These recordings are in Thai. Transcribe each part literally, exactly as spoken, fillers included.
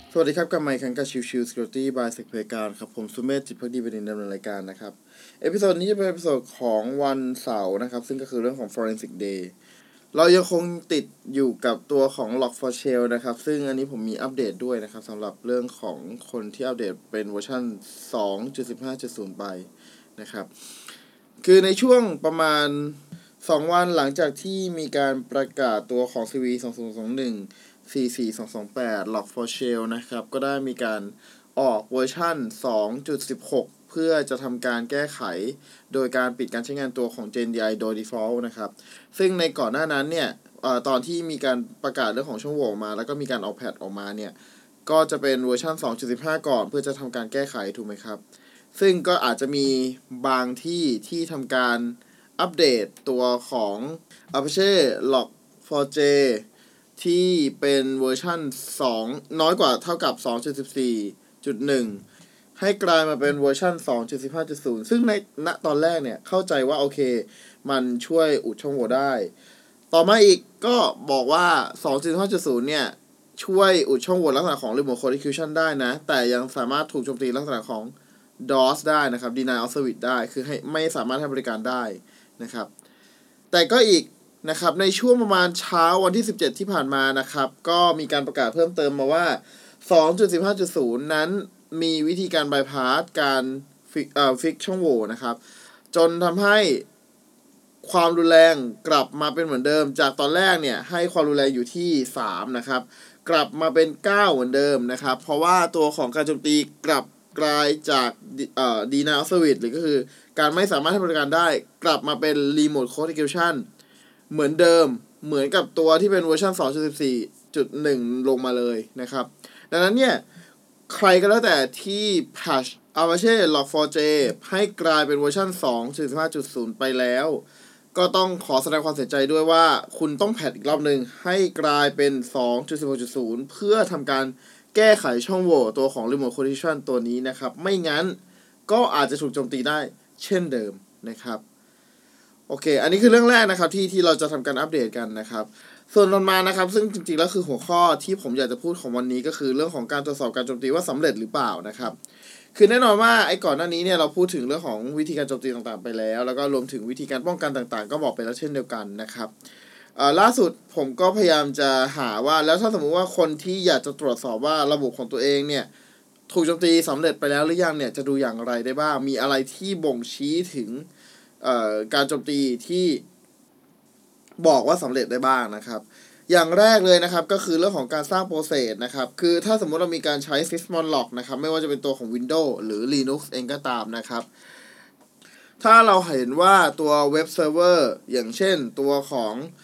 สวัสดีครับกลับมาอีกครั้งกับชิวชิว Security by Sec เพการครับผมสุเมธจิตภักดีเป็นดำเนินรายการนะครับเอพิโซดนี้จะเป็นเอพิโซดของวันเสาร์นะครับซึ่งก็คือเรื่องของ Forensic Day เรายังคงติดอยู่กับตัวของ ล็อก โฟร์ Shell นะครับซึ่งอันนี้ผมมีอัปเดตด้วยนะครับสำหรับเรื่องของคนที่อัปเดตเป็นเวอร์ชัน สองจุดสิบห้าจุดศูนย์ ไปนะครับคือในช่วงประมาณสองวันหลังจากที่มีการประกาศตัวของ ซี วี สองพันยี่สิบเอ็ด สี่สี่ สองสองแปด ล็อก โฟร์ Shell นะครับก็ได้มีการออกเวอร์ชัน สองจุดสิบหก เพื่อจะทำการแก้ไขโดยการปิดการใช้งานตัวของ Gen ดี ไอ โดย default นะครับซึ่งในก่อนหน้านั้นเนี่ยเอ่อตอนที่มีการประกาศเรื่องของช่องโหว่มาแล้วก็มีการออกแพทออกมาเนี่ยก็จะเป็นเวอร์ชัน สองจุดสิบห้า ก่อนเพื่อจะทำการแก้ไขถูกไหมครับซึ่งก็อาจจะมีบางที่ที่ทำการอัปเดตตัวของ Apache ล็อก โฟร์ เจ ที่เป็นเวอร์ชันสองน้อยกว่าเท่ากับ สองจุดสิบสี่จุดหนึ่ง ให้กลายมาเป็นเวอร์ชัน สองจุดสิบห้าจุดศูนย์ ซึ่งในณตอนแรกเนี่ยเข้าใจว่าโอเคมันช่วยอุดช่องโหว่ได้ต่อมาอีกก็บอกว่า สองจุดสิบห้าจุดศูนย์ เนี่ยช่วยอุดช่องโหว่ลักษณะของ Remote Code Execution ได้นะแต่ยังสามารถถูกโจมตีลักษณะของ ดอส ได้นะครับ Denial of Service ได้คือให้ไม่สามารถให้บริการได้นะครับแต่ก็อีกนะครับในช่วงประมาณเช้าวันที่สิบเจ็ดที่ผ่านมานะครับก็มีการประกาศเพิ่มเติมมาว่า สองจุดสิบห้าจุดศูนย์ นั้นมีวิธีการบายพาสการฟิกเอ่อฟิกช่องโหว่นะครับจนทำให้ความรุนแรงกลับมาเป็นเหมือนเดิมจากตอนแรกเนี่ยให้ความรุนแรงอยู่ที่สามนะครับกลับมาเป็นเก้าเหมือนเดิมนะครับเพราะว่าตัวของการโจมตีกลับกลายจากเอ่อ Denial of Service หรือก็คือการไม่สามารถให้บริการได้กลับมาเป็น Remote Code Execution เหมือนเดิมเหมือนกับตัวที่เป็นเวอร์ชัน สองจุดสิบสี่จุดหนึ่ง ลงมาเลยนะครับดังนั้นเนี่ยใครก็แล้วแต่ที่ patch Apache ล็อก โฟร์ เจ ให้กลายเป็นเวอร์ชัน สองจุดสิบห้าจุดศูนย์ ไปแล้วก็ต้องขอแสดงความเสียใจด้วยว่าคุณต้องแพทอีกรอบหนึ่งให้กลายเป็น สองจุดสิบหกจุดศูนย์ เพื่อทำการแก้ไขช่องโหว่ตัวของ Remote Code Execution ตัวนี้นะครับไม่งั้นก็อาจจะถูกโจมตีได้เช่นเดิมนะครับโอเคอันนี้คือเรื่องแรกนะครับที่ที่เราจะทำการอัปเดตกันนะครับส่วนต่อมานะครับซึ่งจริงๆแล้วคือหัวข้อที่ผมอยากจะพูดของวันนี้ก็คือเรื่องของการตรวจสอบการโจมตีว่าสำเร็จหรือเปล่านะครับคือแน่นอนว่าไอ้ก่อนหน้านี้เนี่ยเราพูดถึงเรื่องของวิธีการโจมตีต่างๆไปแล้วแล้วก็รวมถึงวิธีการป้องกันต่างๆก็บอกไปแล้วเช่นเดียวกันนะครับเอ่อล่าสุดผมก็พยายามจะหาว่าแล้วถ้าสมมุติว่าคนที่อยากจะตรวจสอบว่าระบบของตัวเองเนี่ยถูกโจมตีสำเร็จไปแล้วหรือยังเนี่ยจะดูอย่างไรได้บ้างมีอะไรที่บ่งชี้ถึงเอ่อการโจมตีที่บอกว่าสำเร็จได้บ้างนะครับอย่างแรกเลยนะครับก็คือเรื่องของการสร้างโปรเซสนะครับคือถ้าสมมติเรามีการใช้ Sysmon-Log นะครับไม่ว่าจะเป็นตัวของ Windows หรือ Linux เองก็ตามนะครับถ้าเราเห็นว่าตัวเว็บเซิร์ฟเวอร์อย่างเช่นตัวของ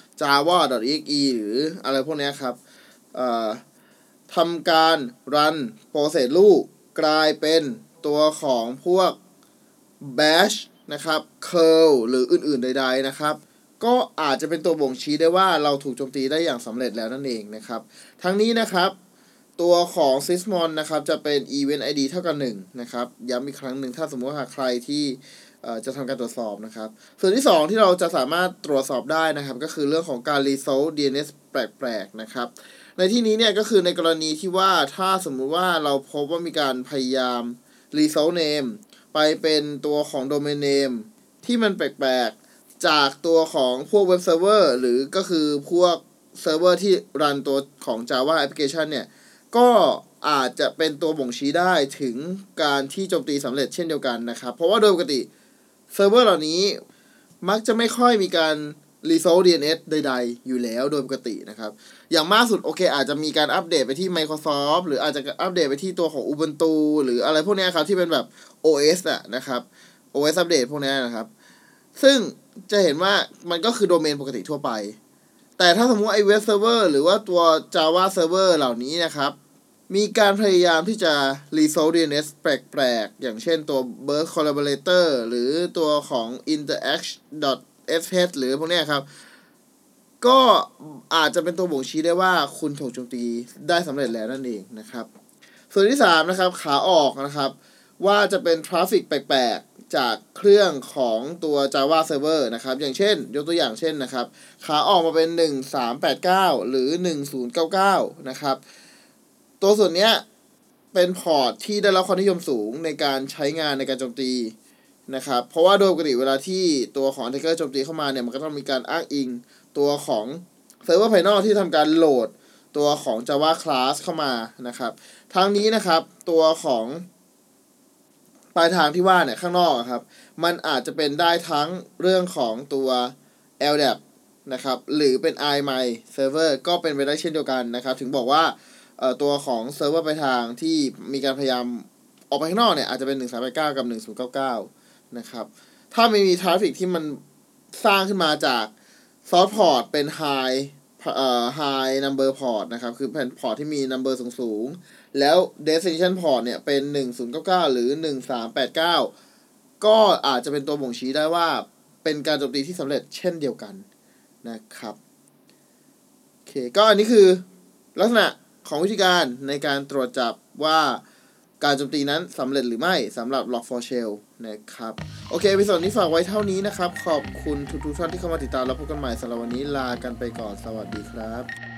java.exe หรืออะไรพวกนี้ครับทำการรันโปรเซสลูกกลายเป็นตัวของพวก bash นะครับ curl หรืออื่นๆใดๆนะครับก็อาจจะเป็นตัวบ่งชี้ได้ว่าเราถูกโจมตีได้อย่างสำเร็จแล้วนั่นเองนะครับทั้งนี้นะครับตัวของ Sysmon นะครับจะเป็น Event ไอ ดี เท่ากับหนึ่งนะครับย้ำอีกครั้งหนึ่งถ้าสมมติว่าใครที่จะทำการตรวจสอบนะครับส่วนที่สองที่เราจะสามารถตรวจสอบได้นะครับก็คือเรื่องของการ resolve ดี เอ็น เอส แปลกๆนะครับในที่นี้เนี่ยก็คือในกรณีที่ว่าถ้าสมมุติว่าเราพบว่ามีการพยายาม resolve name ไปเป็นตัวของ domain name ที่มันแปลกๆจากตัวของพวกเว็บเซิร์ฟเวอร์หรือก็คือพวกเซิร์ฟเวอร์ที่รันตัวของ Java application เนี่ยก็อาจจะเป็นตัวบ่งชี้ได้ถึงการที่โจมตีสำเร็จเช่นเดียวกันนะครับเพราะว่าโดยปกติเซิร์ฟเวอร์เหล่านี้มักจะไม่ค่อยมีการ resolve ดี เอ็น เอส ใดๆอยู่แล้วโดยปกตินะครับอย่างมากสุดโอเคอาจจะมีการอัปเดตไปที่ Microsoft หรืออาจจะอัปเดตไปที่ตัวของ Ubuntu หรืออะไรพวกนี้ครับที่เป็นแบบ โอ เอส อ่ะนะครับ โอ เอส อัปเดตพวกนี้นะครับซึ่งจะเห็นว่ามันก็คือโดเมนปกติทั่วไปแต่ถ้าสมมุติไอ้เว็บเซิร์ฟเวอร์หรือว่าตัว Java Server เหล่านี้นะครับมีการพยายามที่จะ resolve ดี เอ็น เอส แปลกๆอย่างเช่นตัว burst collaborator หรือตัวของ interact.sh หรือพวกนี้ครับก็อาจจะเป็นตัวบ่งชี้ได้ว่าคุณถูกโจมตีได้สำเร็จแล้วนั่นเองนะครับส่วนที่สามนะครับขาออกนะครับว่าจะเป็นทราฟฟิกแปลกๆจากเครื่องของตัว Java Server นะครับอย่างเช่นยกตัวอย่างเช่นนะครับขาออกมาเป็นหนึ่งสามแปดเก้าหรือหนึ่งศูนย์เก้าเก้านะครับตัวส่วนเนี้ยเป็นพอร์ตที่ได้รับความนิยมสูงในการใช้งานในการโจมตีนะครับเพราะว่าโดยปกติเวลาที่ตัวของ attacker โจมตีเข้ามาเนี่ยมันก็ต้องมีการอ้างอิงตัวของเซิร์ฟเวอร์ภายนอกที่ทำการโหลดตัวของ Java Class เข้ามานะครับทั้งนี้นะครับตัวของปลายทางที่ว่าเนี่ยข้างนอกครับมันอาจจะเป็นได้ทั้งเรื่องของตัว แอล ดับ นะครับหรือเป็น ไอ เอ็ม ไอ Server ก็เป็นไปได้เช่นเดียวกันนะครับถึงบอกว่าเอ่อตัวของเซิร์ฟเวอร์ปลายทางที่มีการพยายามออกไปข้างนอกเนี่ยอาจจะเป็นหนึ่งสามแปดเก้ากับหนึ่งศูนย์เก้าเก้านะครับถ้าไม่มีทราฟฟิกที่มันสร้างขึ้นมาจากซอร์สพอร์ตเป็น high เอ่อ high number port นะครับคือเป็นพอร์ตที่มี number สูงๆแล้ว destination port เนี่ยเป็นหนึ่งศูนย์เก้าเก้าหรือหนึ่งสามแปดเก้าก็อาจจะเป็นตัวบ่งชี้ได้ว่าเป็นการโจมตีที่สำเร็จเช่นเดียวกันนะครับโอเคก็อันนี้คือลักษณะของวิธีการในการตรวจจับว่าการโจมตีนั้นสำเร็จหรือไม่สำหรับ ล็อก โฟร์ Shell นะครับโอเคเอพิโซดนี้ฝากไว้เท่านี้นะครับขอบคุณทุกๆท่านที่เข้ามาติดตามแล้วพบกันใหม่สำหรับวันนี้ลากันไปก่อนสวัสดีครับ